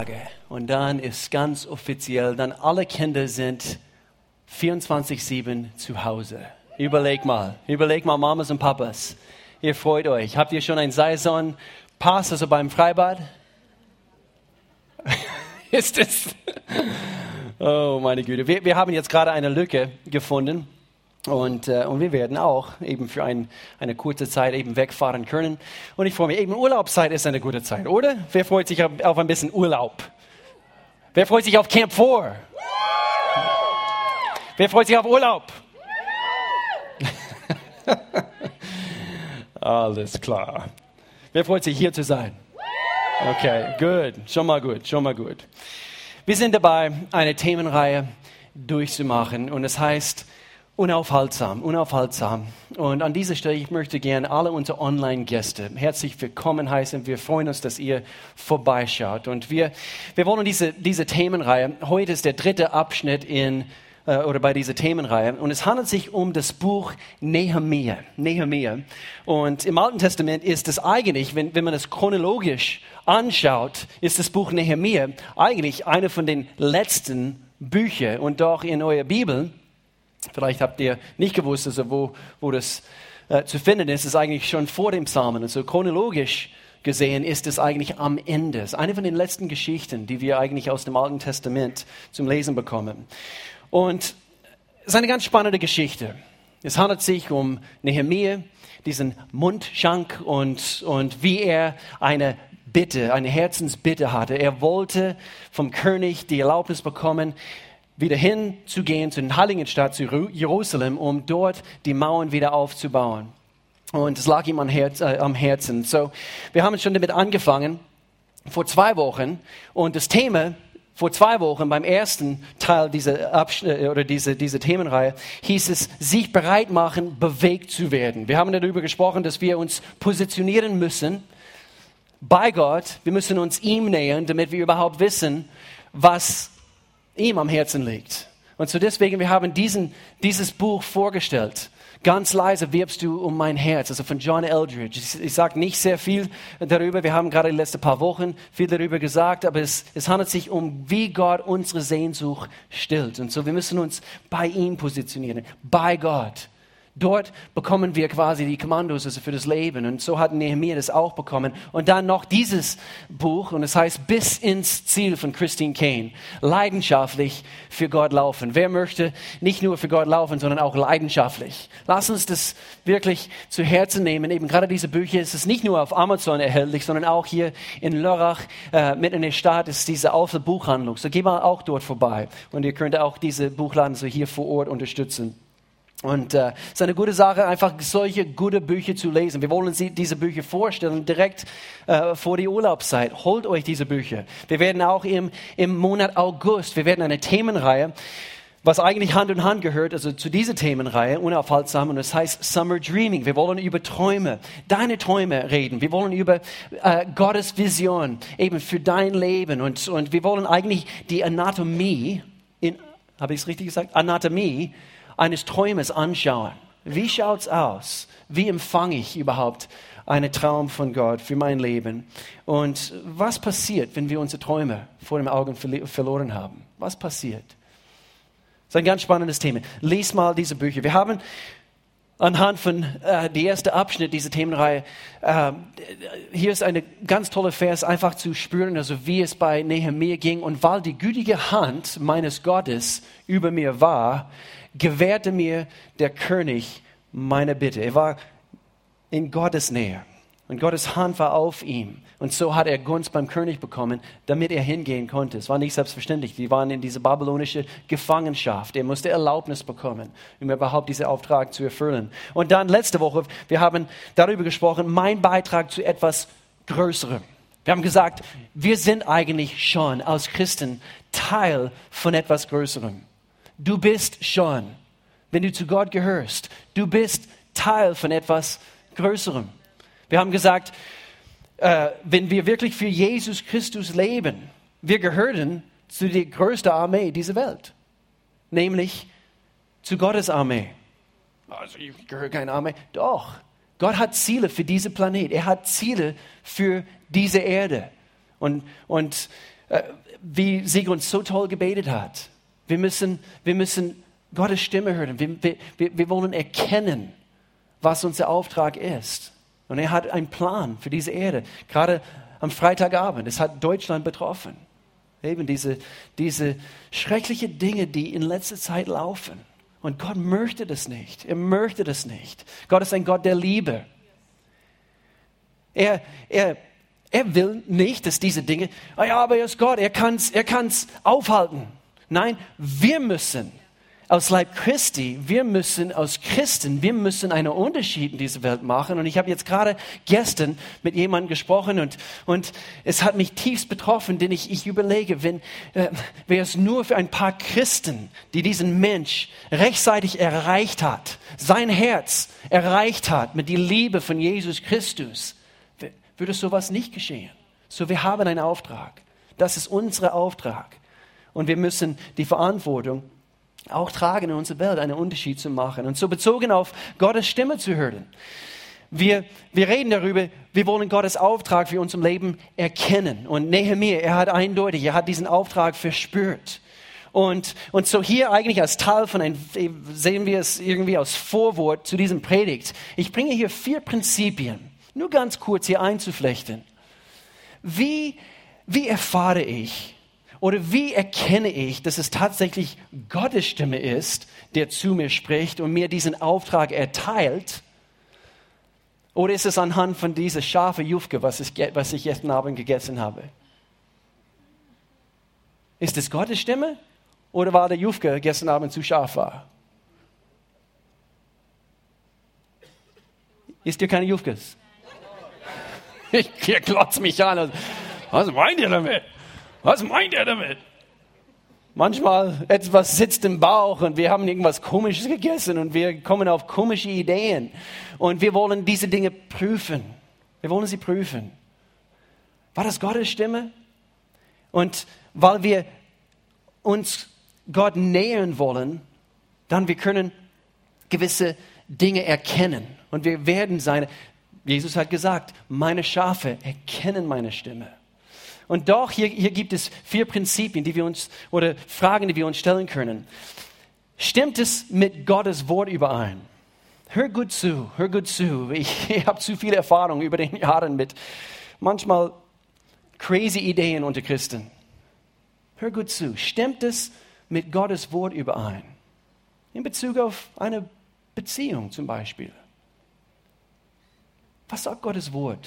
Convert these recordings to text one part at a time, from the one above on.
Und dann ist ganz offiziell, dann alle Kinder sind 24/7 zu Hause. Überleg mal, Mamas und Papas. Ihr freut euch. Habt ihr schon einen Saisonpass, also beim Freibad? Ist es? Oh, meine Güte. Wir haben jetzt gerade eine Lücke gefunden. Und wir werden auch eben für eine kurze Zeit eben wegfahren können. Und ich freue mich, eben Urlaubszeit ist eine gute Zeit, oder? Wer freut sich auf ein bisschen Urlaub? Wer freut sich auf Camp 4? Wer freut sich auf Urlaub? Alles klar. Wer freut sich, hier zu sein? Okay, gut. Schon mal gut. Wir sind dabei, eine Themenreihe durchzumachen. Und es heißt unaufhaltsam. Und an dieser Stelle, ich möchte gerne alle unsere Online-Gäste herzlich willkommen heißen. Wir freuen uns, dass ihr vorbeischaut. Und wir wollen diese Themenreihe, heute ist der 3. Abschnitt bei dieser Themenreihe. Und es handelt sich um das Buch Nehemia. Und im Alten Testament ist es eigentlich, wenn man es chronologisch anschaut, ist das Buch Nehemia eigentlich eine von den letzten Büchern. Und doch in eurer Bibel, vielleicht habt ihr nicht gewusst, also wo das zu finden ist, ist eigentlich schon vor dem Psalmen. Also chronologisch gesehen ist es eigentlich am Ende. Es ist eine von den letzten Geschichten, die wir eigentlich aus dem Alten Testament zum Lesen bekommen. Und es ist eine ganz spannende Geschichte. Es handelt sich um Nehemia, diesen Mundschank und wie er eine Herzensbitte hatte. Er wollte vom König die Erlaubnis bekommen, wieder hinzugehen zu den Heiligen Stadt, zu Jerusalem, um dort die Mauern wieder aufzubauen. Und es lag ihm am Herzen. So, wir haben schon damit angefangen, vor 2 Wochen. Und das Thema vor 2 Wochen beim ersten Teil dieser Themenreihe hieß es, sich bereit machen, bewegt zu werden. Wir haben darüber gesprochen, dass wir uns positionieren müssen bei Gott. Wir müssen uns ihm nähern, damit wir überhaupt wissen, was ihm am Herzen liegt. Und so deswegen, wir haben dieses Buch vorgestellt. Ganz leise wirbst du um mein Herz, also von John Eldredge. Ich sage nicht sehr viel darüber, wir haben gerade die letzten paar Wochen viel darüber gesagt, aber es handelt sich um, wie Gott unsere Sehnsucht stillt. Und so, wir müssen uns bei ihm positionieren, bei Gott. Dort bekommen wir quasi die Kommandos also für das Leben. Und so hat Nehemia das auch bekommen. Und dann noch dieses Buch, und es heißt Bis ins Ziel von Christine Caine. Leidenschaftlich für Gott laufen. Wer möchte nicht nur für Gott laufen, sondern auch leidenschaftlich? Lass uns das wirklich zu Herzen nehmen. Eben gerade diese Bücher, es ist nicht nur auf Amazon erhältlich, sondern auch hier in Lörrach, mitten in der Stadt, ist diese Aufel Buchhandlung. So geh mal auch dort vorbei. Und ihr könnt auch diese Buchladen so hier vor Ort unterstützen. Und es ist eine gute Sache, einfach solche gute Bücher zu lesen. Wir wollen diese Bücher vorstellen, direkt vor die Urlaubszeit. Holt euch diese Bücher. Wir werden auch im Monat August, wir werden eine Themenreihe, was eigentlich Hand in Hand gehört, also zu dieser Themenreihe, unaufhaltsam, und es heißt Summer Dreaming. Wir wollen über Träume, deine Träume reden. Wir wollen über Gottes Vision eben für dein Leben. Und wir wollen eigentlich die Anatomie, habe ich es richtig gesagt? Anatomie eines Träumes anschauen. Wie schaut's aus? Wie empfange ich überhaupt einen Traum von Gott für mein Leben? Und was passiert, wenn wir unsere Träume vor den Augen verloren haben? Was passiert? Das ist ein ganz spannendes Thema. Lies mal diese Bücher. Wir haben anhand von der erste Abschnitt dieser Themenreihe, hier ist eine ganz tolle Vers, einfach zu spüren, also wie es bei Nehemia ging. Und weil die gütige Hand meines Gottes über mir war, gewährte mir der König meine Bitte. Er war in Gottes Nähe und Gottes Hand war auf ihm. Und so hat er Gunst beim König bekommen, damit er hingehen konnte. Es war nicht selbstverständlich. Die waren in diese babylonische Gefangenschaft. Er musste Erlaubnis bekommen, um überhaupt diesen Auftrag zu erfüllen. Und dann letzte Woche, wir haben darüber gesprochen, mein Beitrag zu etwas Größerem. Wir haben gesagt, wir sind eigentlich schon als Christen Teil von etwas Größerem. Du bist schon, wenn du zu Gott gehörst, du bist Teil von etwas Größerem. Wir haben gesagt, wenn wir wirklich für Jesus Christus leben, wir gehören zu der größten Armee dieser Welt, nämlich zu Gottes Armee. Also ich gehöre keine Armee. Doch, Gott hat Ziele für diesen Planet. Er hat Ziele für diese Erde. Und wie Sigrid uns so toll gebetet hat. Wir müssen Gottes Stimme hören. Wir wollen erkennen, was unser Auftrag ist. Und er hat einen Plan für diese Erde. Gerade am Freitagabend, es hat Deutschland betroffen. Eben diese schrecklichen Dinge, die in letzter Zeit laufen. Und Gott möchte das nicht. Er möchte das nicht. Gott ist ein Gott der Liebe. Er will nicht, dass diese Dinge, aber er ist Gott, er kann's aufhalten. Nein, wir müssen aus Leib Christi, wir müssen als Christen, wir müssen einen Unterschied in dieser Welt machen. Und ich habe jetzt gerade gestern mit jemandem gesprochen und es hat mich tiefst betroffen, denn ich überlege, wäre es nur für ein paar Christen, die diesen Mensch rechtzeitig erreicht hat, sein Herz erreicht hat mit der Liebe von Jesus Christus, würde sowas nicht geschehen. So, wir haben einen Auftrag. Das ist unser Auftrag. Und wir müssen die Verantwortung auch tragen in unserer Welt, einen Unterschied zu machen. Und so bezogen auf Gottes Stimme zu hören. Wir reden darüber, wir wollen Gottes Auftrag für unser Leben erkennen. Und Nehemia, er hat diesen Auftrag verspürt. Und so hier eigentlich als Teil sehen wir es irgendwie als Vorwort zu diesem Predigt. Ich bringe hier 4 Prinzipien, nur ganz kurz hier einzuflechten. Wie erfahre ich oder wie erkenne ich, dass es tatsächlich Gottes Stimme ist, der zu mir spricht und mir diesen Auftrag erteilt? Oder ist es anhand von dieser scharfe Jufke, was ich gestern Abend gegessen habe? Ist es Gottes Stimme oder war der Jufke gestern Abend zu scharf war? Isst ihr keine Jufkes? Ihr klotzt mich an. Was meint ihr damit? Was meint ihr damit? Manchmal etwas sitzt im Bauch und wir haben irgendwas Komisches gegessen und wir kommen auf komische Ideen. Und wir wollen diese Dinge prüfen. Wir wollen sie prüfen. War das Gottes Stimme? Und weil wir uns Gott nähern wollen, dann wir können gewisse Dinge erkennen. Und wir werden Jesus hat gesagt, meine Schafe erkennen meine Stimme. Und doch, hier gibt es 4 Prinzipien, oder Fragen, die wir uns stellen können. Stimmt es mit Gottes Wort überein? Hör gut zu. Ich habe zu viel Erfahrung über den Jahren mit manchmal crazy Ideen unter Christen. Hör gut zu. Stimmt es mit Gottes Wort überein? In Bezug auf eine Beziehung zum Beispiel. Was sagt Gottes Wort?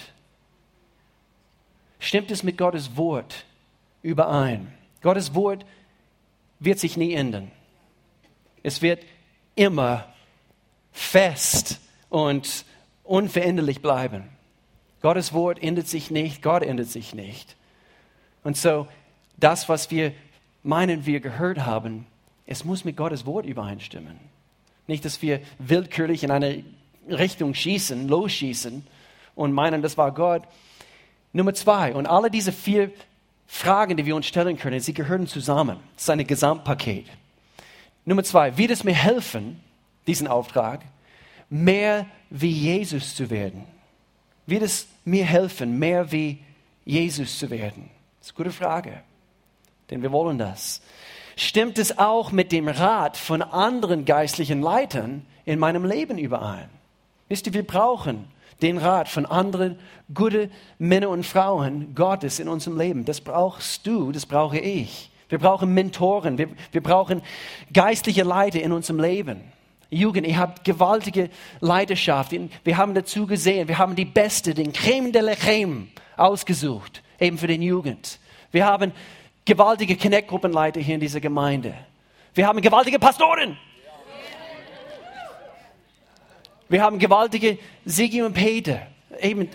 Stimmt es mit Gottes Wort überein? Gottes Wort wird sich nie ändern. Es wird immer fest und unveränderlich bleiben. Gottes Wort ändert sich nicht, Gott ändert sich nicht. Und so, das, was wir meinen, wir gehört haben, es muss mit Gottes Wort übereinstimmen. Nicht, dass wir willkürlich in eine Richtung losschießen und meinen, das war Gott. Nummer 2, und alle diese 4 Fragen, die wir uns stellen können, sie gehören zusammen. Das ist ein Gesamtpaket. Nummer 2, wird es mir helfen, diesen Auftrag, mehr wie Jesus zu werden? Wird es mir helfen, mehr wie Jesus zu werden? Das ist eine gute Frage, denn wir wollen das. Stimmt es auch mit dem Rat von anderen geistlichen Leitern in meinem Leben überein? Wisst ihr, wir brauchen den Rat von anderen guten Männern und Frauen Gottes in unserem Leben. Das brauchst du, das brauche ich. Wir brauchen Mentoren, wir brauchen geistliche Leiter in unserem Leben. Jugend, ihr habt gewaltige Leidenschaft. Wir haben dazu gesehen, wir haben die Beste, den Creme de la Creme ausgesucht, eben für den Jugend. Wir haben gewaltige Connect-Gruppenleiter hier in dieser Gemeinde. Wir haben gewaltige Pastoren. Wir haben gewaltige Sigi und Peter. Eben.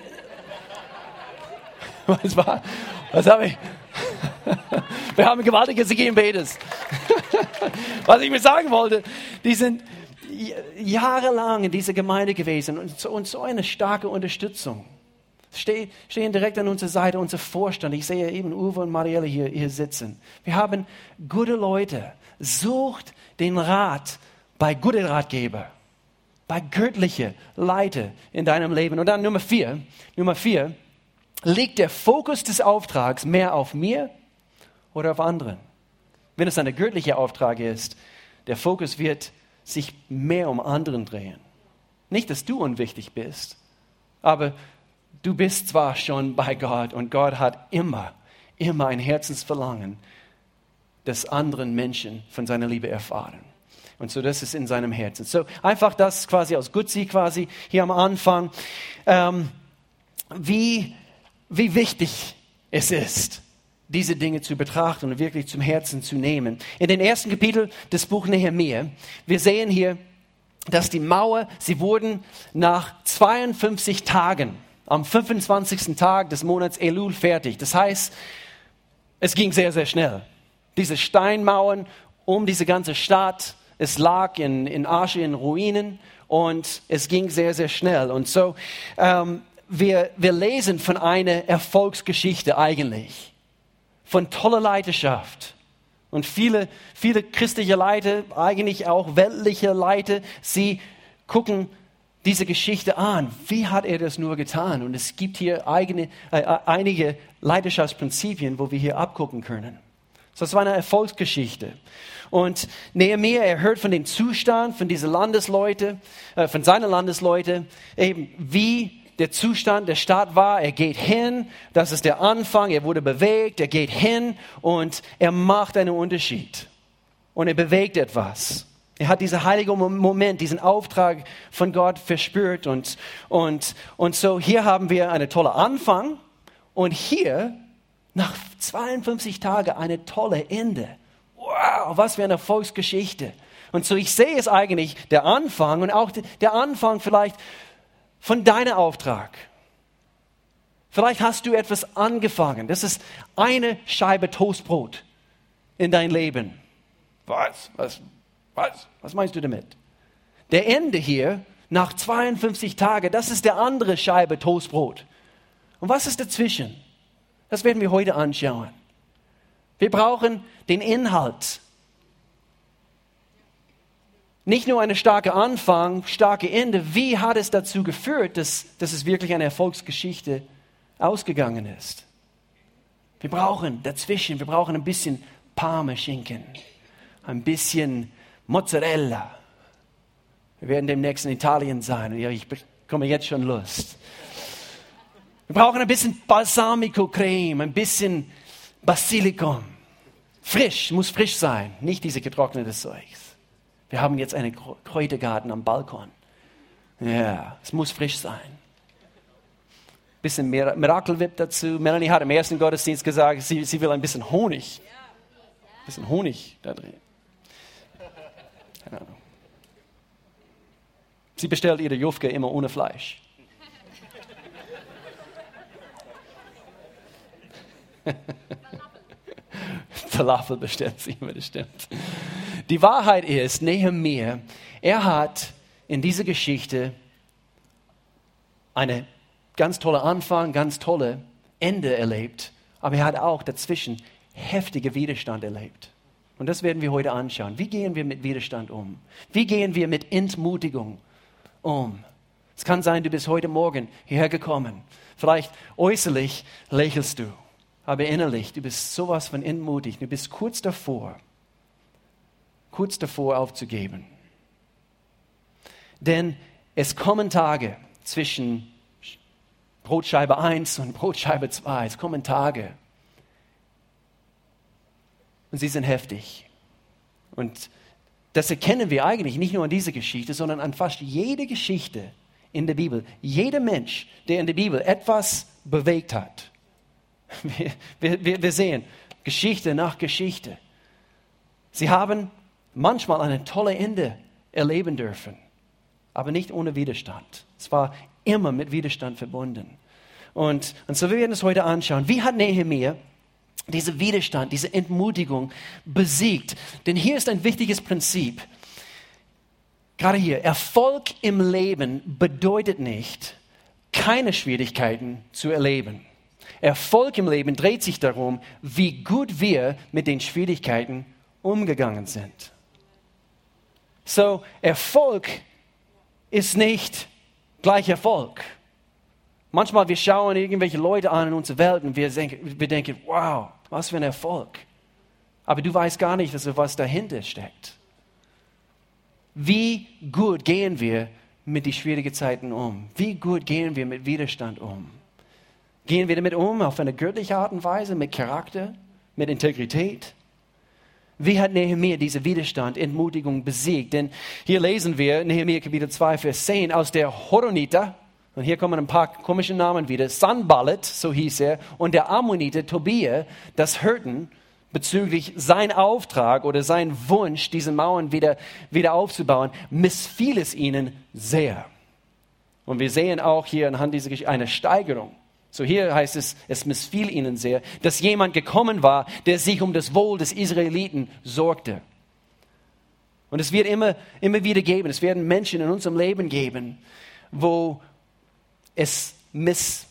Was habe ich? Wir haben gewaltige Sigi und Peters. Was ich mir sagen wollte, die sind jahrelang in dieser Gemeinde gewesen und so eine starke Unterstützung. Stehen direkt an unserer Seite, unser Vorstand. Ich sehe eben Uwe und Marielle hier sitzen. Wir haben gute Leute. Sucht den Rat bei guten Ratgeber, bei göttlichen Leiter in deinem Leben. Und dann Nummer 4, liegt der Fokus des Auftrags mehr auf mir oder auf anderen? Wenn es ein göttlicher Auftrag ist, der Fokus wird sich mehr um anderen drehen. Nicht, dass du unwichtig bist, aber du bist zwar schon bei Gott und Gott hat immer ein Herzensverlangen, dass anderen Menschen von seiner Liebe erfahren. Und so, das ist in seinem Herzen. So, einfach das quasi aus Gutsi quasi hier am Anfang, wie wichtig es ist, diese Dinge zu betrachten und wirklich zum Herzen zu nehmen. In den ersten Kapitel des Buches Nehemia, wir sehen hier, dass die Mauer, sie wurden nach 52 Tagen, am 25. Tag des Monats Elul fertig. Das heißt, es ging sehr, sehr schnell. Diese Steinmauern um diese ganze Stadt, es lag in Asche, in Ruinen und es ging sehr, sehr schnell. Und so, wir lesen von einer Erfolgsgeschichte eigentlich, von toller Leiterschaft. Und viele christliche Leiter, eigentlich auch weltliche Leiter, sie gucken diese Geschichte an. Wie hat er das nur getan? Und es gibt hier einige Leiterschaftsprinzipien, wo wir hier abgucken können. So, das war eine Erfolgsgeschichte. Und Nehemia, er hört von dem Zustand von diesen Landesleute, von seinen Landesleute, eben wie der Zustand der Stadt war. Er geht hin, das ist der Anfang, er wurde bewegt, er geht hin und er macht einen Unterschied. Und er bewegt etwas. Er hat diesen heiligen Moment, diesen Auftrag von Gott verspürt. Und so hier haben wir einen tollen Anfang und hier nach 52 Tagen eine tolle Ende. Wow, was für eine Erfolgsgeschichte. Und so ich sehe es eigentlich, der Anfang und auch der Anfang vielleicht von deinem Auftrag. Vielleicht hast du etwas angefangen. Das ist eine Scheibe Toastbrot in dein Leben. Was meinst du damit? Der Ende hier, nach 52 Tagen, das ist der andere Scheibe Toastbrot. Und was ist dazwischen? Das werden wir heute anschauen. Wir brauchen den Inhalt. Nicht nur einen starken Anfang, starke Ende. Wie hat es dazu geführt, dass es wirklich eine Erfolgsgeschichte ausgegangen ist? Wir brauchen dazwischen, wir brauchen ein bisschen Parmeschinken, ein bisschen Mozzarella. Wir werden demnächst in Italien sein. Ja, ich bekomme jetzt schon Lust. Wir brauchen ein bisschen Balsamico-Creme, ein bisschen Basilikum. Frisch, muss frisch sein, nicht diese getrocknete Zeugs. Wir haben jetzt einen Kräutergarten am Balkon. Ja, es muss frisch sein. Bisschen Miracle-Whip dazu. Melanie hat im ersten Gottesdienst gesagt, sie will ein bisschen Honig. Ein bisschen Honig da drin. Keine Ahnung. Sie bestellt ihre Jufke immer ohne Fleisch. Falafel bestellt sie immer, das stimmt. Die Wahrheit ist, Nehemia, er hat in dieser Geschichte eine ganz tolle Anfang, ganz tolle Ende erlebt, aber er hat auch dazwischen heftige Widerstand erlebt. Und das werden wir heute anschauen. Wie gehen wir mit Widerstand um? Wie gehen wir mit Entmutigung um? Es kann sein, du bist heute Morgen hierher gekommen. Vielleicht äußerlich lächelst du, aber innerlich, du bist sowas von entmutigt. Du bist kurz davor aufzugeben. Denn es kommen Tage zwischen Brotscheibe 1 und Brotscheibe 2. Es kommen Tage. Und sie sind heftig. Und das erkennen wir eigentlich nicht nur an dieser Geschichte, sondern an fast jeder Geschichte in der Bibel. Jeder Mensch, der in der Bibel etwas bewegt hat. Wir sehen Geschichte nach Geschichte. Sie haben manchmal eine tolle Ende erleben dürfen, aber nicht ohne Widerstand. Es war immer mit Widerstand verbunden. Und so wir werden es heute anschauen. Wie hat Nehemia diesen Widerstand, diese Entmutigung besiegt? Denn hier ist ein wichtiges Prinzip. Gerade hier, Erfolg im Leben bedeutet nicht, keine Schwierigkeiten zu erleben. Erfolg im Leben dreht sich darum, wie gut wir mit den Schwierigkeiten umgegangen sind. So, Erfolg ist nicht gleich Erfolg. Manchmal wir schauen irgendwelche Leute an in unserer Welt und wir denken, wow, was für ein Erfolg. aber du weißt gar nicht, was dahinter steckt. Wie gut gehen wir mit den schwierigen Zeiten um? Wie gut gehen wir mit Widerstand um? Gehen wir damit um auf eine göttliche Art und Weise, mit Charakter, mit Integrität? Wie hat Nehemia diesen Widerstand, Entmutigung besiegt? Denn hier lesen wir, Nehemia Kapitel 2, Vers 10, aus der Horoniter, und hier kommen ein paar komische Namen wieder, Sanballat, so hieß er, und der Ammoniter Tobia, das hörten bezüglich sein Auftrag oder sein Wunsch, diese Mauern wieder aufzubauen, missfiel es ihnen sehr. Und wir sehen auch hier anhand dieser Geschichte eine Steigerung. So hier heißt es, es missfiel ihnen sehr, dass jemand gekommen war, der sich um das Wohl des Israeliten sorgte. Und es wird immer wieder geben, es werden Menschen in unserem Leben geben, wo es missfällt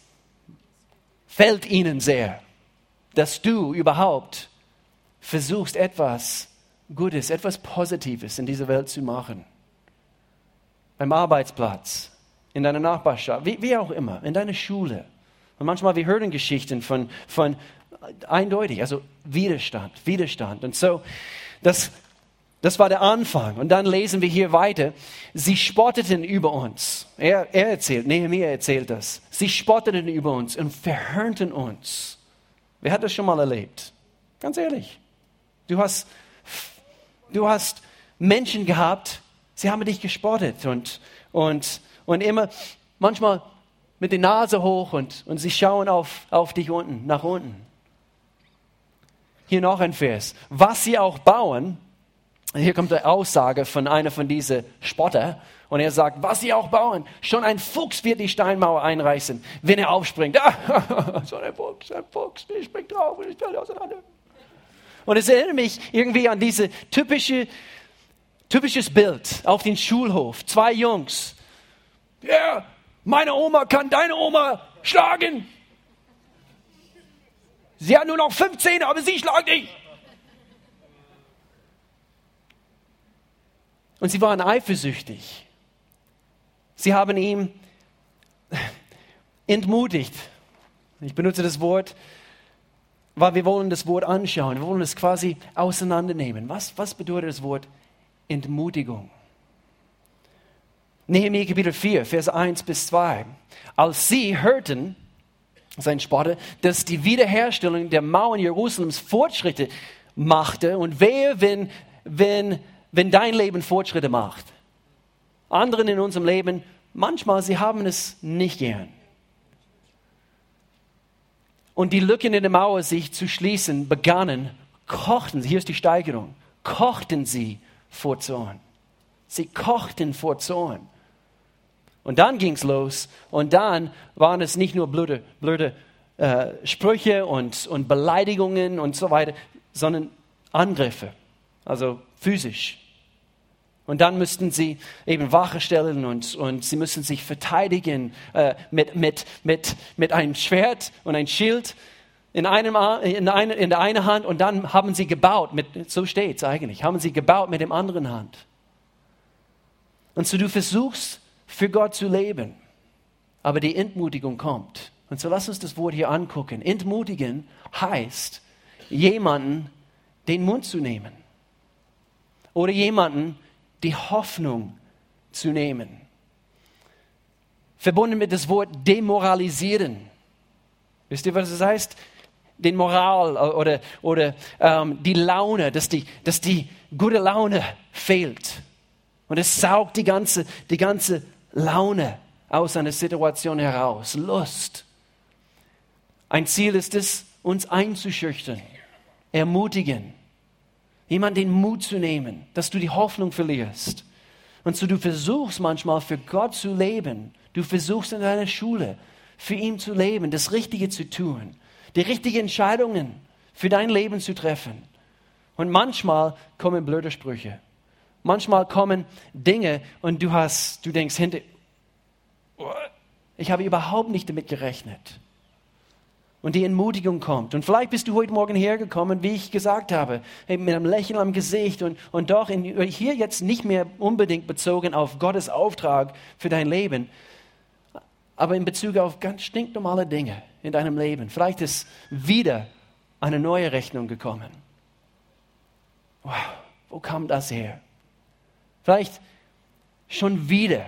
ihnen sehr, dass du überhaupt versuchst, etwas Gutes, etwas Positives in dieser Welt zu machen. Beim Arbeitsplatz, in deiner Nachbarschaft, wie auch immer, in deiner Schule. Und manchmal, wir hören Geschichten von eindeutig, also Widerstand. Und so, das war der Anfang. Und dann lesen wir hier weiter. Sie spotteten über uns. Er erzählt, Nehemia erzählt das. Sie spotteten über uns und verhöhnten uns. Wer hat das schon mal erlebt? Ganz ehrlich. Du hast Menschen gehabt, sie haben dich gespottet und immer, manchmal mit der Nase hoch und sie schauen auf dich nach unten. Hier noch ein Vers. Was sie auch bauen, hier kommt die Aussage von einer von diesen Spotter, und er sagt, was sie auch bauen, schon ein Fuchs wird die Steinmauer einreißen, wenn er aufspringt. So ein Fuchs, der springt drauf und ich fällt auseinander. Und es erinnert mich irgendwie an dieses typisches Bild auf dem Schulhof. 2 Jungs. Ja, meine Oma kann deine Oma schlagen. Sie hat nur noch 15, aber sie schlagt dich. Und sie waren eifersüchtig. Sie haben ihn entmutigt. Ich benutze das Wort, weil wir wollen das Wort anschauen. Wir wollen es quasi auseinandernehmen. Was bedeutet das Wort Entmutigung? Nehemia Kapitel 4, Vers 1 bis 2. Als sie hörten, sein Spotter, dass die Wiederherstellung der Mauern Jerusalems Fortschritte machte, und wehe, wenn dein Leben Fortschritte macht. Anderen in unserem Leben, manchmal, sie haben es nicht gern. Und die Lücken in der Mauer sich zu schließen begannen, kochten, hier ist die Steigerung, kochten sie vor Zorn. Sie kochten vor Zorn. Und dann ging es los, und dann waren es nicht nur blöde Sprüche und Beleidigungen und so weiter, sondern Angriffe, also physisch. Und dann müssten sie eben Wache stellen und sie müssen sich verteidigen mit einem Schwert und einem Schild in der einen Hand, und dann haben sie gebaut, so steht es eigentlich, haben sie gebaut mit der anderen Hand. Und so du versuchst für Gott zu leben, aber die Entmutigung kommt. Und so lass uns das Wort hier angucken. Entmutigen heißt, jemanden den Mund zu nehmen oder jemanden die Hoffnung zu nehmen. Verbunden mit das Wort demoralisieren. Wisst ihr, was das heißt? Den Moral oder die Laune, dass die gute Laune fehlt. Und es saugt die ganze Laune aus einer Situation heraus. Lust. Ein Ziel ist es, uns einzuschüchtern, ermutigen. Jemand den Mut zu nehmen, dass du die Hoffnung verlierst. Und so du versuchst manchmal für Gott zu leben. Du versuchst in deiner Schule für ihn zu leben, das Richtige zu tun, die richtigen Entscheidungen für dein Leben zu treffen. Und manchmal kommen blöde Sprüche. Manchmal kommen Dinge und du denkst hinter, ich habe überhaupt nicht damit gerechnet. Und die Entmutigung kommt. Und vielleicht bist du heute Morgen hergekommen, wie ich gesagt habe, mit einem Lächeln am Gesicht und doch hier jetzt nicht mehr unbedingt bezogen auf Gottes Auftrag für dein Leben, aber in Bezug auf ganz stinknormale Dinge in deinem Leben. Vielleicht ist wieder eine neue Rechnung gekommen. wow, wo kam das her? Vielleicht schon wieder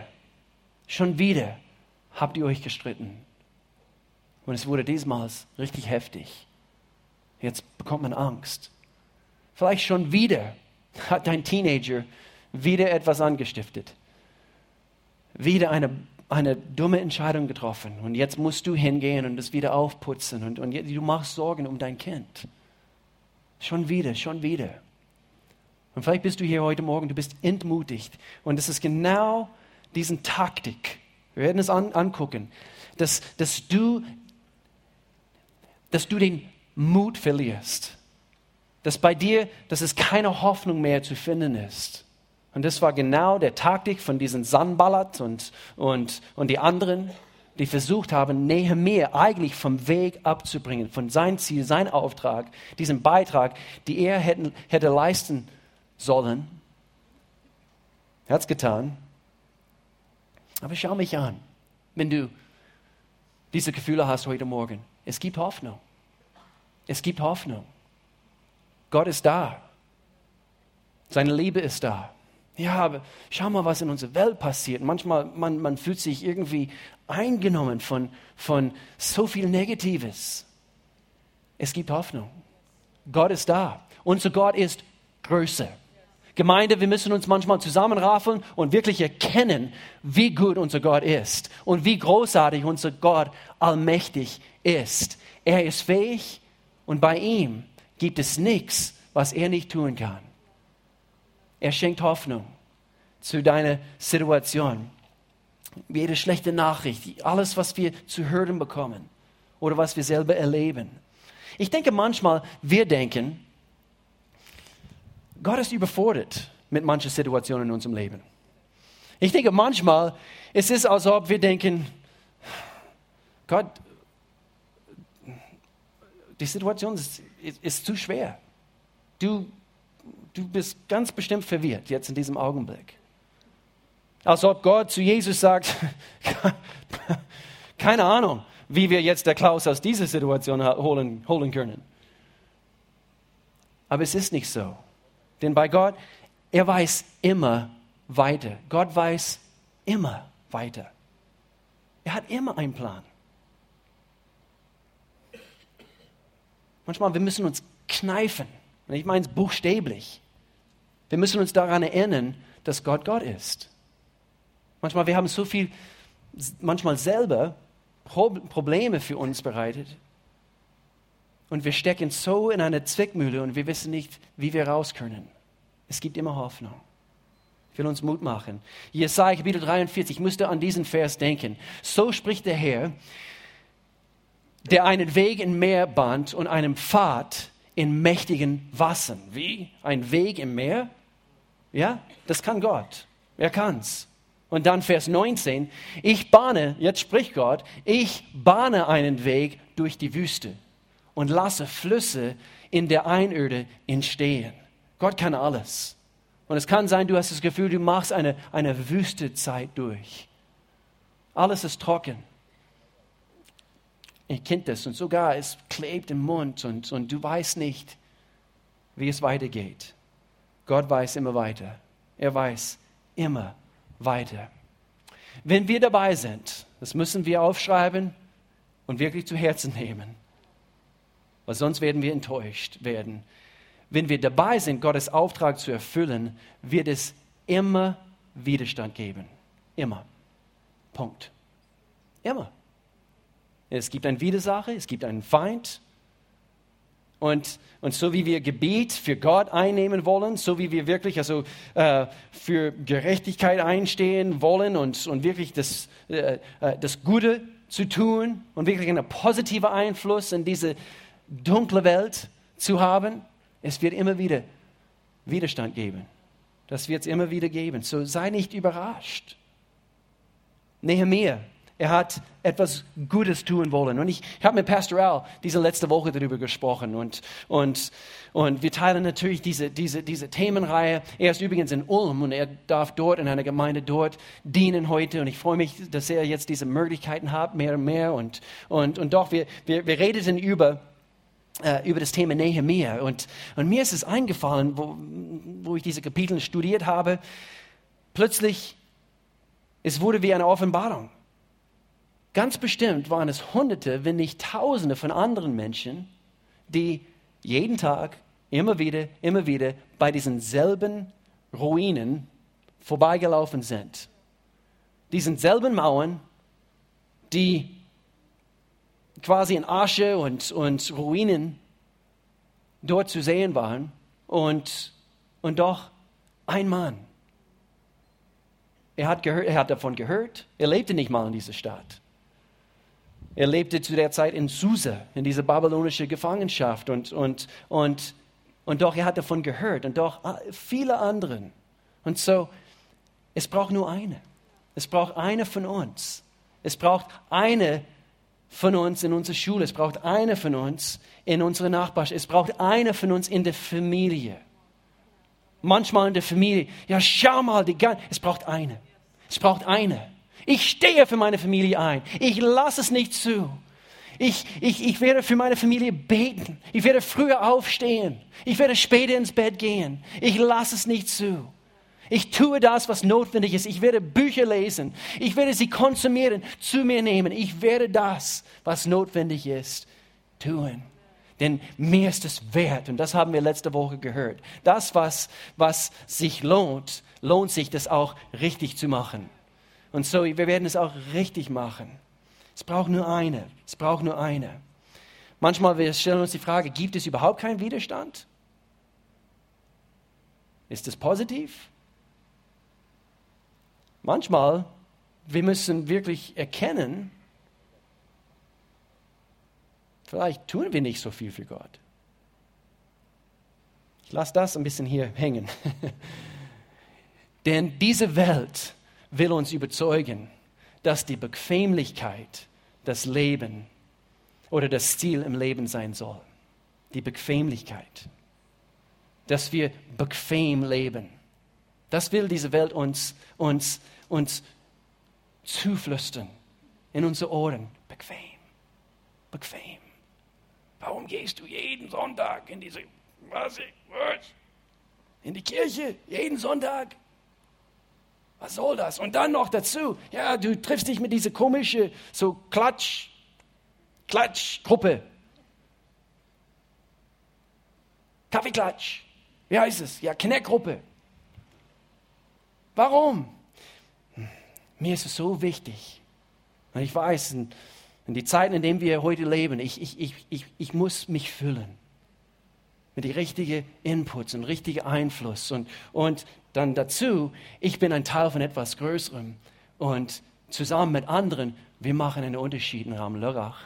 habt ihr euch gestritten. Und es wurde diesmal richtig heftig. Jetzt bekommt man Angst. Vielleicht schon wieder hat dein Teenager wieder etwas angestiftet. Wieder eine dumme Entscheidung getroffen. Und jetzt musst du hingehen und das wieder aufputzen. Und du machst Sorgen um dein Kind. Schon wieder. Und vielleicht bist du hier heute Morgen, du bist entmutigt. Und es ist genau diese Taktik. Wir werden es angucken. Dass du den Mut verlierst. Dass es keine Hoffnung mehr zu finden ist. Und das war genau der Taktik von diesen Sanballat und die anderen, die versucht haben, Nehemia eigentlich vom Weg abzubringen, von seinem Ziel, seinem Auftrag, diesem Beitrag, die er hätte leisten sollen. Er hat es getan. Aber schau mich an, wenn du diese Gefühle hast heute Morgen. Es gibt Hoffnung. Es gibt Hoffnung. Gott ist da. Seine Liebe ist da. Ja, aber schau mal, was in unserer Welt passiert. Manchmal, man fühlt sich irgendwie eingenommen von so viel Negatives. Es gibt Hoffnung. Gott ist da. Unser Gott ist größer. Gemeinde, wir müssen uns manchmal zusammenraffen und wirklich erkennen, wie gut unser Gott ist und wie großartig unser Gott allmächtig ist. Er ist fähig und bei ihm gibt es nichts, was er nicht tun kann. Er schenkt Hoffnung zu deiner Situation. Jede schlechte Nachricht, alles, was wir zu hören bekommen oder was wir selber erleben. Ich denke manchmal, wir denken, Gott ist überfordert mit manchen Situationen in unserem Leben. Ich denke manchmal, es ist, als ob wir denken, Gott, die Situation ist zu schwer. Du bist ganz bestimmt verwirrt jetzt in diesem Augenblick. Als ob Gott zu Jesus sagt, keine Ahnung, wie wir jetzt der Klaus aus dieser Situation holen können. Aber es ist nicht so. Denn bei Gott, er weiß immer weiter. Gott weiß immer weiter. Er hat immer einen Plan. Manchmal, wir müssen uns kneifen. Und ich meine es buchstäblich. Wir müssen uns daran erinnern, dass Gott Gott ist. Manchmal, wir haben so viel, manchmal selber Probleme für uns bereitet. Und wir stecken so in einer Zwickmühle und wir wissen nicht, wie wir raus können. Es gibt immer Hoffnung. Ich will uns Mut machen. Jesaja Kapitel 43, ich musste an diesen Vers denken. So spricht der Herr, der einen Weg im Meer bahnt und einen Pfad in mächtigen Wassern. Wie? Ein Weg im Meer? Ja, das kann Gott. Er kann's. Und dann Vers 19. Jetzt spricht Gott, ich bahne einen Weg durch die Wüste und lasse Flüsse in der Einöde entstehen. Gott kann alles. Und es kann sein, du hast das Gefühl, du machst eine Wüstezeit durch. Alles ist trocken. Ich kenne das und sogar es klebt im Mund und du weißt nicht, wie es weitergeht. Gott weiß immer weiter. Er weiß immer weiter. Wenn wir dabei sind, das müssen wir aufschreiben und wirklich zu Herzen nehmen, weil sonst werden wir enttäuscht werden. Wenn wir dabei sind, Gottes Auftrag zu erfüllen, wird es immer Widerstand geben. Immer. Punkt. Immer. Es gibt eine Widersacher, es gibt einen Feind. Und so wie wir Gebiet für Gott einnehmen wollen, so wie wir wirklich für Gerechtigkeit einstehen wollen und wirklich das Gute zu tun und wirklich einen positiven Einfluss in diese dunkle Welt zu haben, es wird immer wieder Widerstand geben. Das wird es immer wieder geben. So sei nicht überrascht. Nehemia, er hat etwas Gutes tun wollen. Und ich habe mit Pastor Al diese letzte Woche darüber gesprochen. Und wir teilen natürlich diese Themenreihe. Er ist übrigens in Ulm und er darf dort in einer Gemeinde dort dienen heute. Und ich freue mich, dass er jetzt diese Möglichkeiten hat, mehr und mehr. Und doch, wir redeten über über das Thema Nehemia. Und mir ist es eingefallen, wo ich diese Kapitel studiert habe, plötzlich, es wurde wie eine Offenbarung. Ganz bestimmt waren es Hunderte, wenn nicht Tausende von anderen Menschen, die jeden Tag, immer wieder bei diesen selben Ruinen vorbeigelaufen sind. Diesen selben Mauern, die quasi in Asche und Ruinen dort zu sehen waren. Und doch ein Mann. Er hat davon gehört. Er lebte nicht mal in dieser Stadt. Er lebte zu der Zeit in Susa, in dieser babylonischen Gefangenschaft. Und doch, er hat davon gehört. Und doch viele anderen. Und so, es braucht nur eine. Es braucht eine von uns. Es braucht eine von uns in unserer Schule. Es braucht eine von uns in unserer Nachbarschaft. Es braucht eine von uns in der Familie. Manchmal in der Familie. Ja, schau mal, es braucht eine. Es braucht eine. Ich stehe für meine Familie ein. Ich lasse es nicht zu. Ich werde für meine Familie beten. Ich werde früher aufstehen. Ich werde später ins Bett gehen. Ich lasse es nicht zu. Ich tue das, was notwendig ist. Ich werde Bücher lesen. Ich werde sie konsumieren, zu mir nehmen. Ich werde das, was notwendig ist, tun. Denn mir ist es wert. Und das haben wir letzte Woche gehört. Das, was sich lohnt sich, das auch richtig zu machen. Und so, wir werden es auch richtig machen. Es braucht nur eine. Es braucht nur eine. Manchmal wir stellen uns die Frage, gibt es überhaupt keinen Widerstand? Ist das positiv? Manchmal, wir müssen wirklich erkennen, vielleicht tun wir nicht so viel für Gott. Ich lasse das ein bisschen hier hängen. Denn diese Welt will uns überzeugen, dass die Bequemlichkeit das Leben oder das Ziel im Leben sein soll. Die Bequemlichkeit. Dass wir bequem leben. Das will diese Welt uns zuflüstern in unsere Ohren. Bequem. Warum gehst du jeden Sonntag in die Kirche? Jeden Sonntag? Was soll das? Und dann noch dazu, ja, du triffst dich mit dieser komischen, so Klatschgruppe. Kaffeeklatsch. Wie heißt es? Ja, Kneckgruppe. Warum? Mir ist es so wichtig. Und ich weiß, in die Zeiten, in denen wir heute leben, ich muss mich füllen. Mit den richtigen Inputs und richtigen Einfluss. Und dann dazu, ich bin ein Teil von etwas Größerem. Und zusammen mit anderen, wir machen einen Unterschied im Rahmen Lörrach.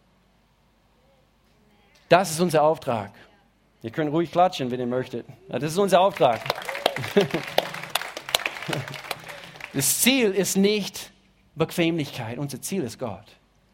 Das ist unser Auftrag. Ihr könnt ruhig klatschen, wenn ihr möchtet. Das ist unser Auftrag. Das Ziel ist nicht Bequemlichkeit. Unser Ziel ist Gott.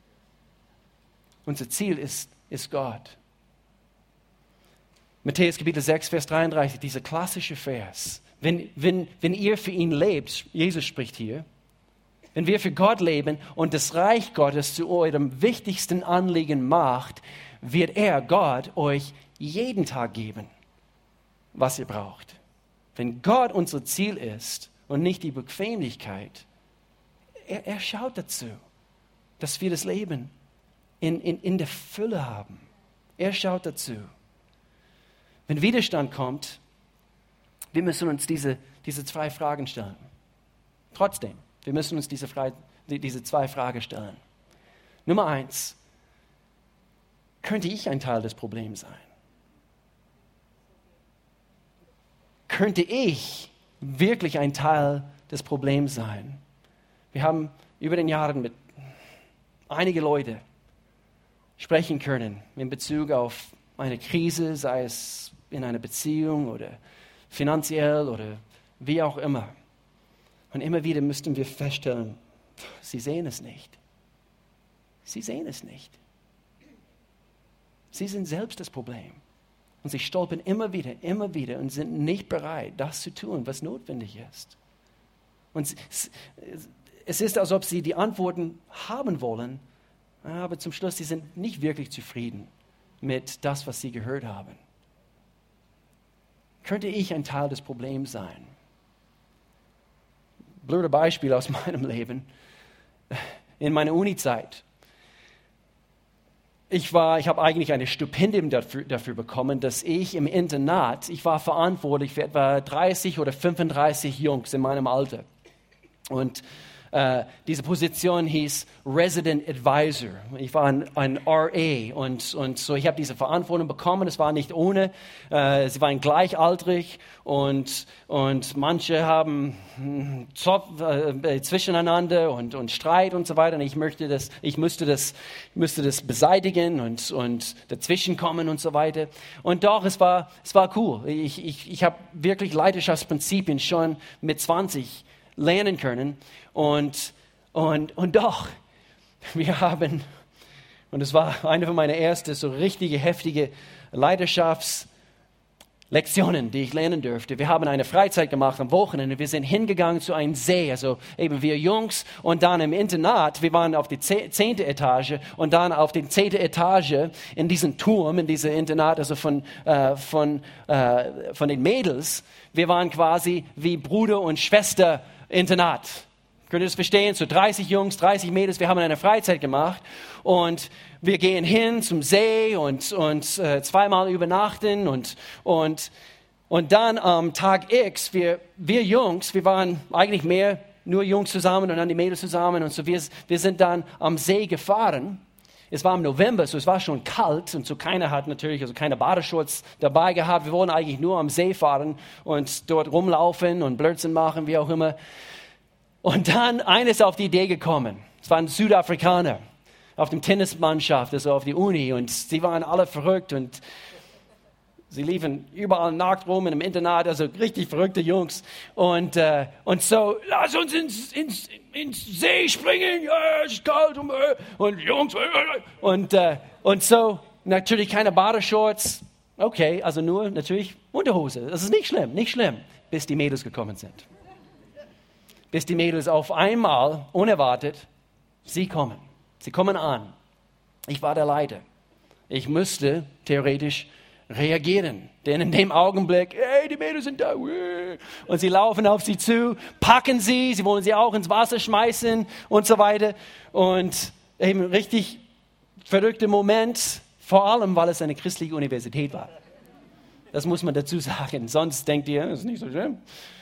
Unser Ziel ist Gott. Matthäus Kapitel 6, Vers 33, dieser klassische Vers. Wenn ihr für ihn lebt, Jesus spricht hier, wenn wir für Gott leben und das Reich Gottes zu eurem wichtigsten Anliegen macht, wird Gott, euch jeden Tag geben, was ihr braucht. Wenn Gott unser Ziel ist und nicht die Bequemlichkeit, er schaut dazu, dass wir das Leben in der Fülle haben. Er schaut dazu. Wenn Widerstand kommt, wir müssen uns diese zwei Fragen stellen. Trotzdem, wir müssen uns diese zwei Fragen stellen. Nummer 1, könnte ich ein Teil des Problems sein? Könnte ich wirklich ein Teil des Problems sein? Wir haben über den Jahren mit einigen Leuten sprechen können in Bezug auf eine Krise, sei es in einer Beziehung oder finanziell oder wie auch immer. Und immer wieder müssten wir feststellen, sie sehen es nicht. Sie sehen es nicht. Sie sind selbst das Problem. Und sie stolpern immer wieder und sind nicht bereit, das zu tun, was notwendig ist. Und es ist, als ob sie die Antworten haben wollen, aber zum Schluss, sie sind nicht wirklich zufrieden mit das, was sie gehört haben? Könnte ich ein Teil des Problems sein? Blöde Beispiel aus meinem Leben. In meiner Uni-Zeit. Ich habe eigentlich ein Stipendium dafür bekommen, dass ich im Internat, ich war verantwortlich für etwa 30 oder 35 Jungs in meinem Alter. Und diese Position hieß Resident Advisor. Ich war ein RA und so ich habe diese Verantwortung bekommen. Es war nicht ohne. Sie waren gleichaltrig und manche haben Zoff zwischeneinander und Streit und so weiter. Und ich müsste das beseitigen und dazwischen kommen und so weiter. Und doch, es war cool. Ich habe wirklich Leidenschaftsprinzipien schon mit 20 lernen können und doch, wir haben, und es war eine von meinen ersten so richtige, heftige Leidenschaftslektionen, die ich lernen durfte. Wir haben eine Freizeit gemacht am Wochenende, wir sind hingegangen zu einem See, also eben wir Jungs und dann im Internat, wir waren auf die 10. Etage und dann auf die 10. Etage in diesem Turm, in diesem Internat, also von den Mädels, wir waren quasi wie Bruder und Schwester Internat. Könnt ihr das verstehen? So 30 Jungs, 30 Mädels, wir haben eine Freizeit gemacht und wir gehen hin zum See und zweimal übernachten und dann am Tag X, wir Jungs, wir waren eigentlich mehr nur Jungs zusammen und dann die Mädels zusammen und so wir sind dann am See gefahren. Es war im November, so es war schon kalt und so keiner hat natürlich keine Badeshorts dabei gehabt. Wir wollten eigentlich nur am See fahren und dort rumlaufen und Blödsinn machen, wie auch immer. Und dann einer ist auf die Idee gekommen. Es war ein Südafrikaner auf dem Tennismannschaft, also auf die Uni und sie waren alle verrückt und sie liefen überall nackt rum in einem Internat, also richtig verrückte Jungs. Und so, lass uns ins See springen, ja, es ist kalt und Jungs. Und so, natürlich keine Badeshorts. Okay, also nur natürlich Unterhose. Das ist nicht schlimm, bis die Mädels gekommen sind. Bis die Mädels auf einmal, unerwartet, sie kommen an. Ich war der Leiter. Ich müsste theoretisch reagieren. Denn in dem Augenblick, hey, die Mädels sind da. Und sie laufen auf sie zu, packen sie wollen sie auch ins Wasser schmeißen und so weiter. Und eben richtig verrückter Moment, vor allem, weil es eine christliche Universität war. Das muss man dazu sagen. Sonst denkt ihr, das ist nicht so schlimm.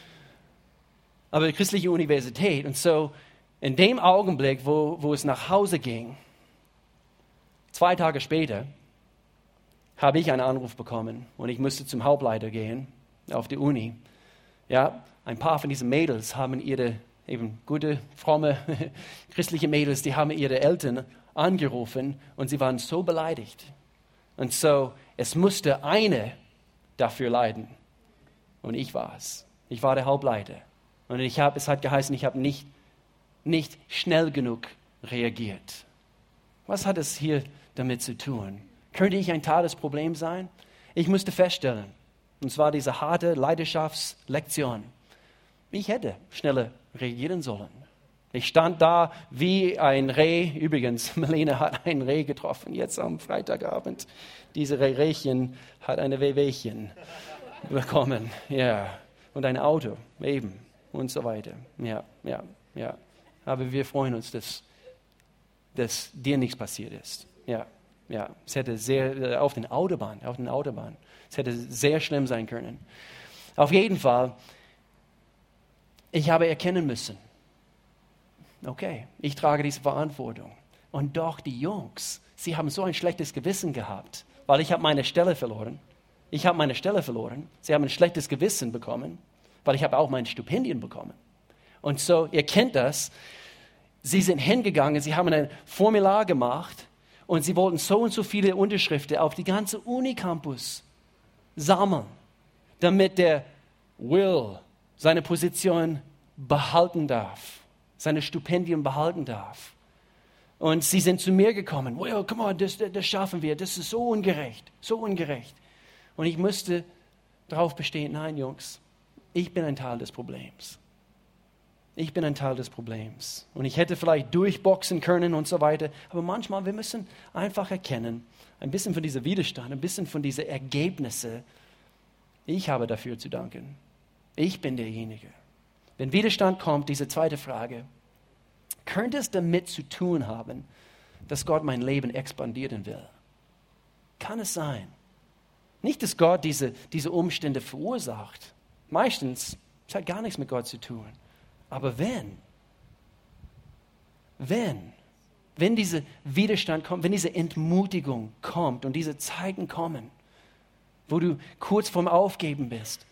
Aber die christliche Universität. Und so in dem Augenblick, wo es nach Hause ging, 2 Tage später, habe ich einen Anruf bekommen und ich musste zum Hauptleiter gehen auf die Uni. Ja, ein paar von diesen Mädels haben ihre eben gute, fromme, christliche Mädels, die haben ihre Eltern angerufen und sie waren so beleidigt. Und so, es musste eine dafür leiden. Und ich war es. Ich war der Hauptleiter. Und es hat geheißen, ich habe nicht schnell genug reagiert. Was hat es hier damit zu tun? Könnte ich ein Teil des Problems sein? Ich musste feststellen, und zwar diese harte Leidenschaftslektion, ich hätte schneller reagieren sollen. Ich stand da wie ein Reh. Übrigens, Melina hat ein Reh getroffen, jetzt am Freitagabend. Diese Rehchen hat eine Wehwehchen bekommen. Ja. Und ein Auto, eben. Und so weiter. Ja. Aber wir freuen uns, dass dir nichts passiert ist. Ja. Es hätte auf den Autobahn. Es hätte sehr schlimm sein können. Auf jeden Fall, ich habe erkennen müssen, okay, ich trage diese Verantwortung. Und doch die Jungs, sie haben so ein schlechtes Gewissen gehabt, weil ich habe meine Stelle verloren. Sie haben ein schlechtes Gewissen bekommen, weil ich habe auch mein Stipendium bekommen. Und so, ihr kennt das, sie sind hingegangen, sie haben ein Formular gemacht und sie wollten so und so viele Unterschriften auf die ganze Unicampus sammeln, damit der Will seine Position behalten darf, seine Stipendium behalten darf. Und sie sind zu mir gekommen, Will, come on, das schaffen wir, das ist so ungerecht. Und ich musste darauf bestehen, nein Jungs, ich bin ein Teil des Problems. Ich bin ein Teil des Problems. Und ich hätte vielleicht durchboxen können und so weiter. Aber manchmal, wir müssen einfach erkennen, ein bisschen von diesem Widerstand, ein bisschen von diesen Ergebnissen. Ich habe dafür zu danken. Ich bin derjenige. Wenn Widerstand kommt, diese zweite Frage, könnte es damit zu tun haben, dass Gott mein Leben expandieren will? Kann es sein? Nicht, dass Gott diese Umstände verursacht. Meistens, es hat gar nichts mit Gott zu tun. Aber wenn dieser Widerstand kommt, wenn diese Entmutigung kommt und diese Zeiten kommen, wo du kurz vorm Aufgeben bist,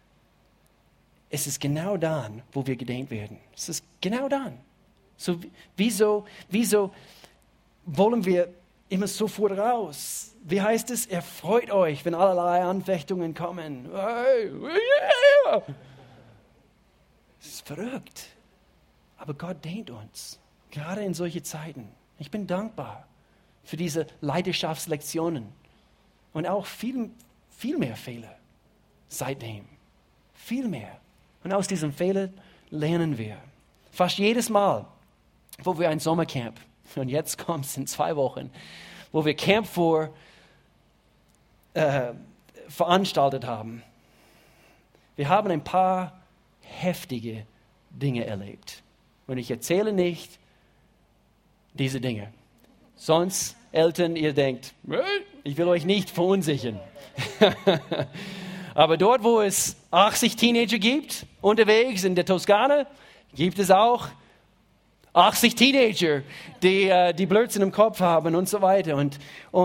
es ist genau dann, wo wir gedehnt werden. Es ist genau dann. So, wieso wollen wir immer sofort raus? Wie heißt es? Erfreut euch, wenn allerlei Anfechtungen kommen. Es ist verrückt. Aber Gott dehnt uns, gerade in solche Zeiten. Ich bin dankbar für diese Leidenschaftslektionen und auch viel mehr Fehler seitdem. Viel mehr. Und aus diesen Fehlern lernen wir. Fast jedes Mal, wo wir ein Sommercamp, und jetzt kommt es in 2 Wochen, wo wir Camp veranstaltet haben. Wir haben ein paar heftige Dinge erlebt. Und ich erzähle nicht diese Dinge. Sonst, Eltern, ihr denkt, ich will euch nicht verunsichern. Aber dort, wo es 80 Teenager gibt, unterwegs in der Toskana, gibt es auch 80 Teenager, die Blödsinn im Kopf haben und so weiter. Und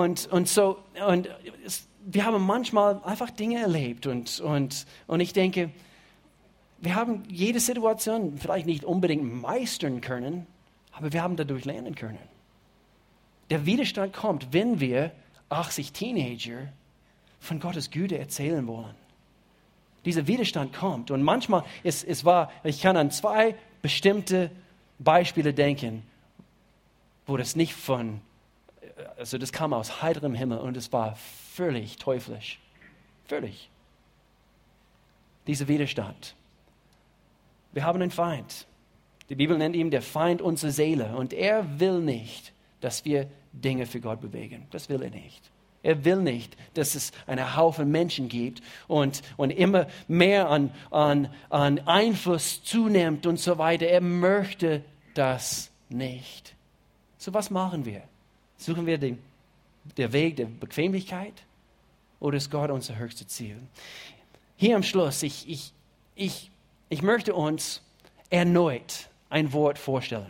wir haben manchmal einfach Dinge erlebt. Und ich denke, wir haben jede Situation vielleicht nicht unbedingt meistern können, aber wir haben dadurch lernen können. Der Widerstand kommt, wenn wir 80 Teenager von Gottes Güte erzählen wollen. Dieser Widerstand kommt. Und manchmal, ich kann an 2 bestimmte Beispiele denken, wo das nicht das kam aus heiterem Himmel und es war völlig teuflisch. Völlig. Dieser Widerstand. Wir haben einen Feind. Die Bibel nennt ihn der Feind unserer Seele. Und er will nicht, dass wir Dinge für Gott bewegen. Das will er nicht. Er will nicht, dass es einen Haufen Menschen gibt und immer mehr an Einfluss zunimmt und so weiter. Er möchte das nicht. So, was machen wir? Suchen wir den Weg der Bequemlichkeit oder ist Gott unser höchstes Ziel? Hier am Schluss, ich möchte uns erneut ein Wort vorstellen.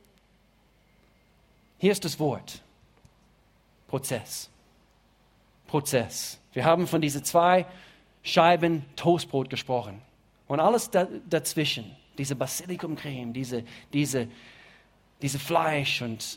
Hier ist das Wort. Prozess. Prozess. Wir haben von diesen 2 Scheiben Toastbrot gesprochen. Und alles dazwischen, diese Basilikumcreme, diese Fleisch und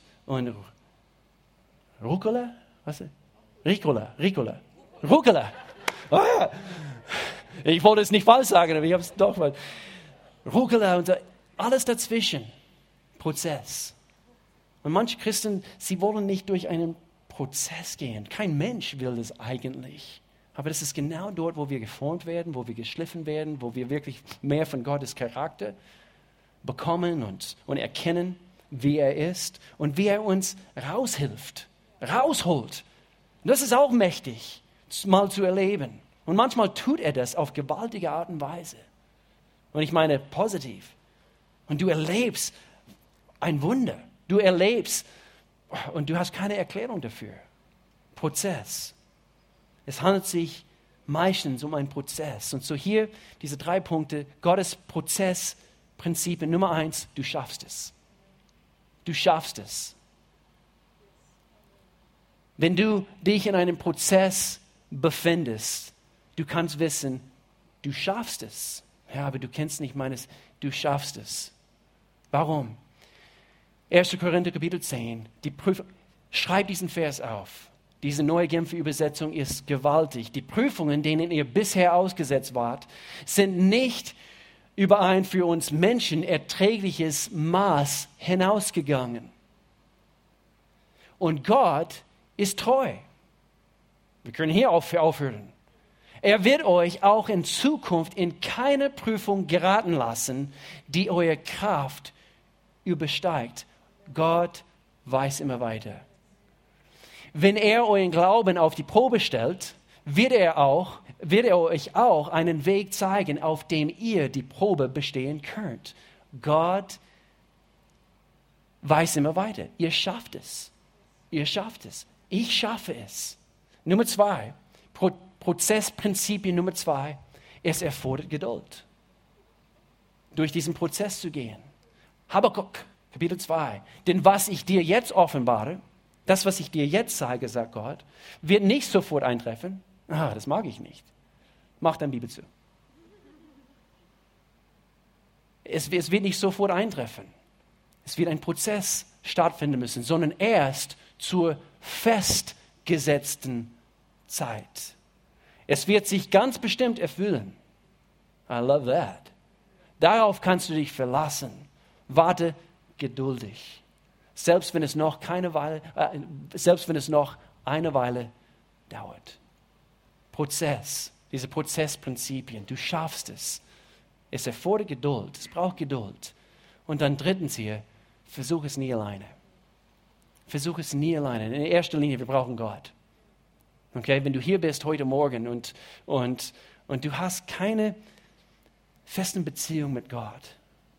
Rucola? Was? Ricola. Rucola. Oh ja. Ich wollte es nicht falsch sagen, aber ich habe es doch mal. Rucola und alles dazwischen. Prozess. Und manche Christen, sie wollen nicht durch einen Prozess gehen. Kein Mensch will das eigentlich. Aber das ist genau dort, wo wir geformt werden, wo wir geschliffen werden, wo wir wirklich mehr von Gottes Charakter bekommen und erkennen, wie er ist und wie er uns rausholt. Und das ist auch mächtig, mal zu erleben. Und manchmal tut er das auf gewaltige Art und Weise. Und ich meine positiv. Und du erlebst ein Wunder. Du erlebst und du hast keine Erklärung dafür. Prozess. Es handelt sich meistens um einen Prozess. Und so hier diese 3 Punkte. Gottes Prozessprinzipien. Nummer 1, du schaffst es. Du schaffst es. Wenn du dich in einem Prozess befindest, du kannst wissen, du schaffst es. Ja, aber du kennst nicht du schaffst es. Warum? 1. Korinther Kapitel 10, schreib diesen Vers auf. Diese neue Genfer Übersetzung ist gewaltig. Die Prüfungen, denen ihr bisher ausgesetzt wart, sind nicht über ein für uns Menschen erträgliches Maß hinausgegangen. Und Gott ist treu. Wir können hier aufhören. Er wird euch auch in Zukunft in keine Prüfung geraten lassen, die eure Kraft übersteigt. Gott weiß immer weiter. Wenn er euren Glauben auf die Probe stellt, wird er euch auch einen Weg zeigen, auf dem ihr die Probe bestehen könnt. Gott weiß immer weiter. Ihr schafft es. Ihr schafft es. Ich schaffe es. Nummer 2, Prozessprinzipien Nummer 2. Es erfordert Geduld, durch diesen Prozess zu gehen. Habakkuk, Kapitel 2. Denn was ich dir jetzt offenbare, das, was ich dir jetzt sage, sagt Gott, wird nicht sofort eintreffen. Das mag ich nicht. Mach deine Bibel zu. Es wird nicht sofort eintreffen. Es wird ein Prozess stattfinden müssen, sondern erst zur festgesetzten Zeit. Es wird sich ganz bestimmt erfüllen. I love that. Darauf kannst du dich verlassen. Warte geduldig. Selbst wenn es noch eine Weile dauert. Prozess, diese Prozessprinzipien, du schaffst es. Es erfordert Geduld, es braucht Geduld. Und dann drittens hier, versuch es nie alleine. Versuch es nie alleine. In erster Linie, wir brauchen Gott. Okay, wenn du hier bist heute Morgen und du hast keine festen Beziehung mit Gott,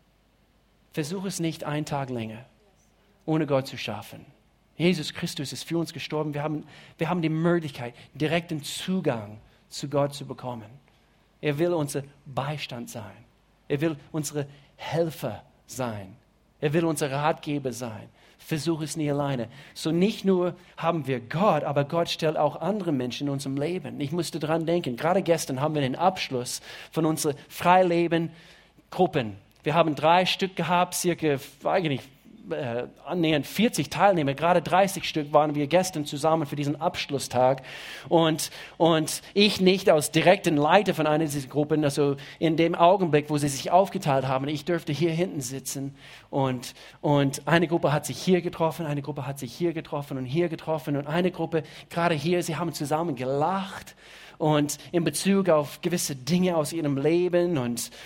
versuch es nicht einen Tag länger, ohne Gott zu schaffen. Jesus Christus ist für uns gestorben. Wir haben die Möglichkeit, direkten Zugang zu Gott zu bekommen. Er will unser Beistand sein. Er will unsere Helfer sein. Er will unser Ratgeber sein. Versuch es nie alleine. So nicht nur haben wir Gott, aber Gott stellt auch andere Menschen in unserem Leben. Ich musste daran denken, gerade gestern haben wir den Abschluss von unseren Freileben-Gruppen. Wir haben 3 Stück gehabt, circa eigentlich annähernd 40 Teilnehmer, gerade 30 Stück waren wir gestern zusammen für diesen Abschlusstag und ich nicht als direkten Leiter von einer dieser Gruppen, also in dem Augenblick, wo sie sich aufgeteilt haben, ich dürfte hier hinten sitzen und eine Gruppe hat sich hier getroffen, eine Gruppe hat sich hier getroffen und eine Gruppe, gerade hier, sie haben zusammen gelacht und in Bezug auf gewisse Dinge aus ihrem Leben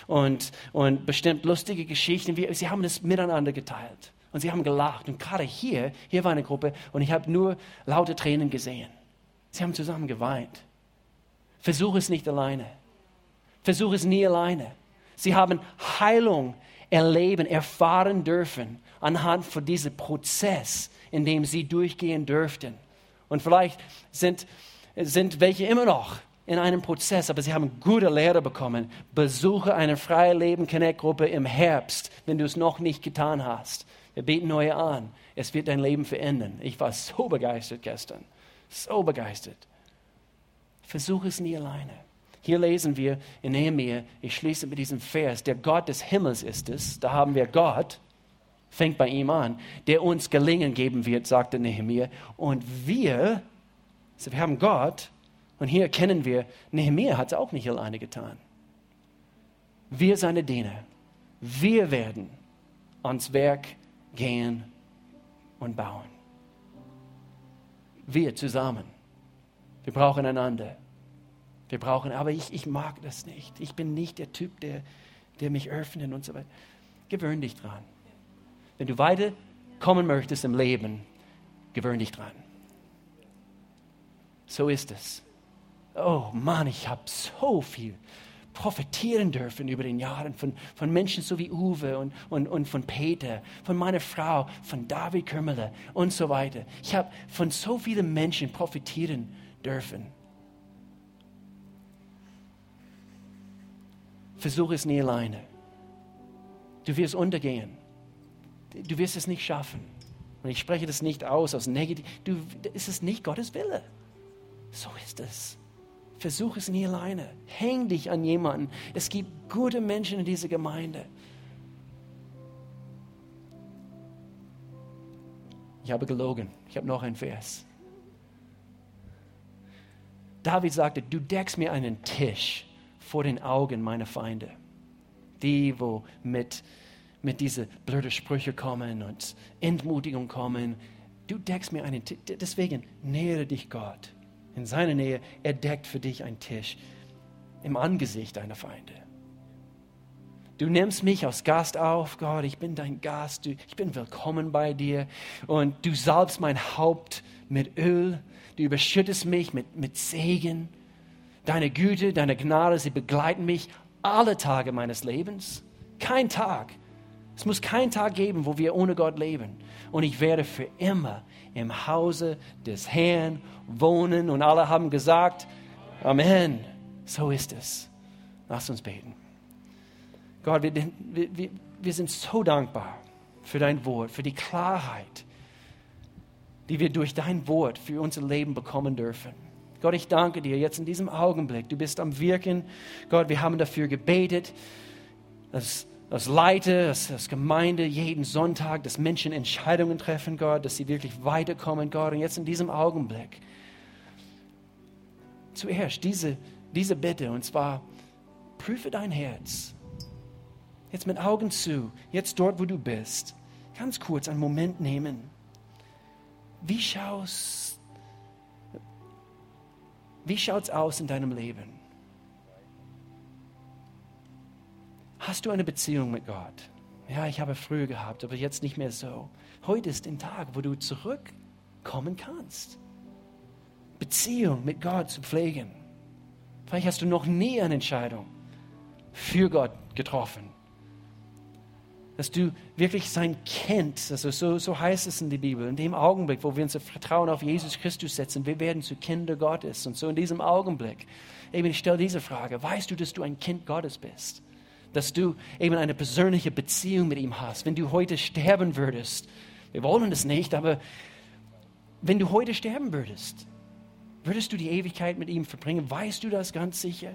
und bestimmt lustige Geschichten, sie haben das miteinander geteilt. Und sie haben gelacht. Und gerade hier war eine Gruppe und ich habe nur laute Tränen gesehen. Sie haben zusammen geweint. Versuch es nicht alleine. Versuch es nie alleine. Sie haben Heilung erfahren dürfen anhand von diesem Prozess, in dem sie durchgehen dürften. Und vielleicht sind welche immer noch in einem Prozess, aber sie haben gute Lehre bekommen. Besuche eine Freie Leben Connect-Gruppe im Herbst, wenn du es noch nicht getan hast. Wir beten euch an. Es wird dein Leben verändern. Ich war so begeistert gestern. So begeistert. Versuch es nie alleine. Hier lesen wir in Nehemia, ich schließe mit diesem Vers, der Gott des Himmels ist es. Da haben wir Gott, fängt bei ihm an, der uns Gelingen geben wird, sagte Nehemia. Und wir haben Gott und hier erkennen wir, Nehemia hat es auch nicht alleine getan. Wir seine Diener, wir werden ans Werk gehen und bauen. Wir zusammen. Wir brauchen einander. Aber ich mag das nicht. Ich bin nicht der Typ, der mich öffnet und so weiter. Gewöhn dich dran. Wenn du weiterkommen möchtest im Leben, gewöhn dich dran. So ist es. Oh Mann, ich habe so viel profitieren dürfen über den Jahren von Menschen so wie Uwe und von Peter, von meiner Frau, von David Kürmele und so weiter. Ich habe von so vielen Menschen profitieren dürfen. Versuch es nie alleine. Du wirst untergehen. Du wirst es nicht schaffen. Und ich spreche das nicht aus negativ. Es ist nicht Gottes Wille. So ist es. Versuch es nie alleine. Häng dich an jemanden. Es gibt gute Menschen in dieser Gemeinde. Ich habe gelogen. Ich habe noch einen Vers. David sagte, du deckst mir einen Tisch vor den Augen meiner Feinde. Die, wo mit diese blöden Sprüche kommen und Entmutigung kommen. Du deckst mir einen Tisch. Deswegen nähere dich Gott. In seiner Nähe, er deckt für dich einen Tisch im Angesicht deiner Feinde. Du nimmst mich als Gast auf, Gott, ich bin dein Gast, ich bin willkommen bei dir und du salbst mein Haupt mit Öl, du überschüttest mich mit Segen. Deine Güte, deine Gnade, sie begleiten mich alle Tage meines Lebens. Kein Tag. Es muss keinen Tag geben, wo wir ohne Gott leben. Und ich werde für immer im Hause des Herrn wohnen. Und alle haben gesagt, Amen. So ist es. Lass uns beten. Gott, wir sind so dankbar für dein Wort, für die Klarheit, die wir durch dein Wort für unser Leben bekommen dürfen. Gott, ich danke dir jetzt in diesem Augenblick. Du bist am Wirken. Gott, wir haben dafür gebetet, als Leiter, als Gemeinde jeden Sonntag, dass Menschen Entscheidungen treffen, Gott, dass sie wirklich weiterkommen, Gott. Und jetzt in diesem Augenblick, zuerst diese Bitte, und zwar, prüfe dein Herz. Jetzt mit Augen zu, jetzt dort, wo du bist, ganz kurz einen Moment nehmen. Wie schaut's aus in deinem Leben? Hast du eine Beziehung mit Gott? Ja, ich habe früher gehabt, aber jetzt nicht mehr so. Heute ist der Tag, wo du zurückkommen kannst. Beziehung mit Gott zu pflegen. Vielleicht hast du noch nie eine Entscheidung für Gott getroffen. Dass du wirklich sein Kind, also so heißt es in der Bibel, in dem Augenblick, wo wir unser Vertrauen auf Jesus Christus setzen, wir werden zu Kinder Gottes. Und so in diesem Augenblick, ich stelle diese Frage, weißt du, dass du ein Kind Gottes bist? Dass du eben eine persönliche Beziehung mit ihm hast. Wenn du heute sterben würdest, wir wollen es nicht, aber wenn du heute sterben würdest, würdest du die Ewigkeit mit ihm verbringen? Weißt du das ganz sicher?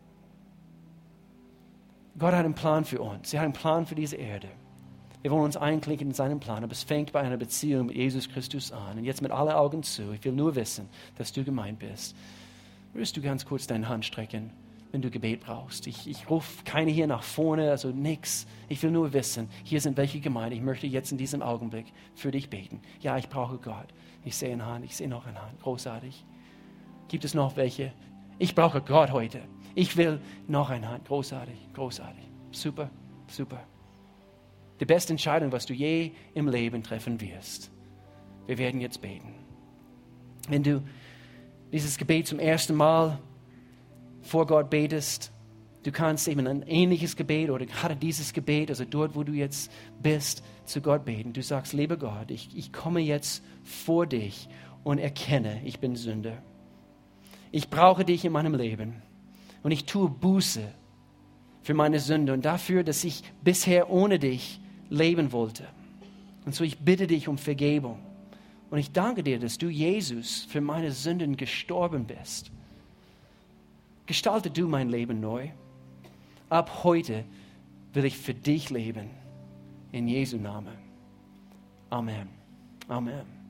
Gott hat einen Plan für uns. Er hat einen Plan für diese Erde. Wir wollen uns einklinken in seinen Plan, aber es fängt bei einer Beziehung mit Jesus Christus an. Und jetzt mit allen Augen zu. Ich will nur wissen, dass du gemeint bist. Würdest du ganz kurz deine Hand strecken, wenn du Gebet brauchst? Ich rufe keine hier nach vorne, also nichts. Ich will nur wissen, hier sind welche Gemeinde. Ich möchte jetzt in diesem Augenblick für dich beten. Ja, ich brauche Gott. Ich sehe eine Hand, ich sehe noch eine Hand. Großartig. Gibt es noch welche? Ich brauche Gott heute. Ich will noch eine Hand. Großartig, großartig. Super, super. Die beste Entscheidung, was du je im Leben treffen wirst. Wir werden jetzt beten. Wenn du dieses Gebet zum ersten Mal vor Gott betest, du kannst eben ein ähnliches Gebet oder gerade dieses Gebet, also dort, wo du jetzt bist, zu Gott beten. Du sagst, lieber Gott, ich komme jetzt vor dich und erkenne, ich bin Sünder. Ich brauche dich in meinem Leben. Und ich tue Buße für meine Sünde und dafür, dass ich bisher ohne dich leben wollte. Und so ich bitte dich um Vergebung. Und ich danke dir, dass du, Jesus, für meine Sünden gestorben bist. Gestalte du mein Leben neu. Ab heute will ich für dich leben. In Jesu Namen. Amen. Amen.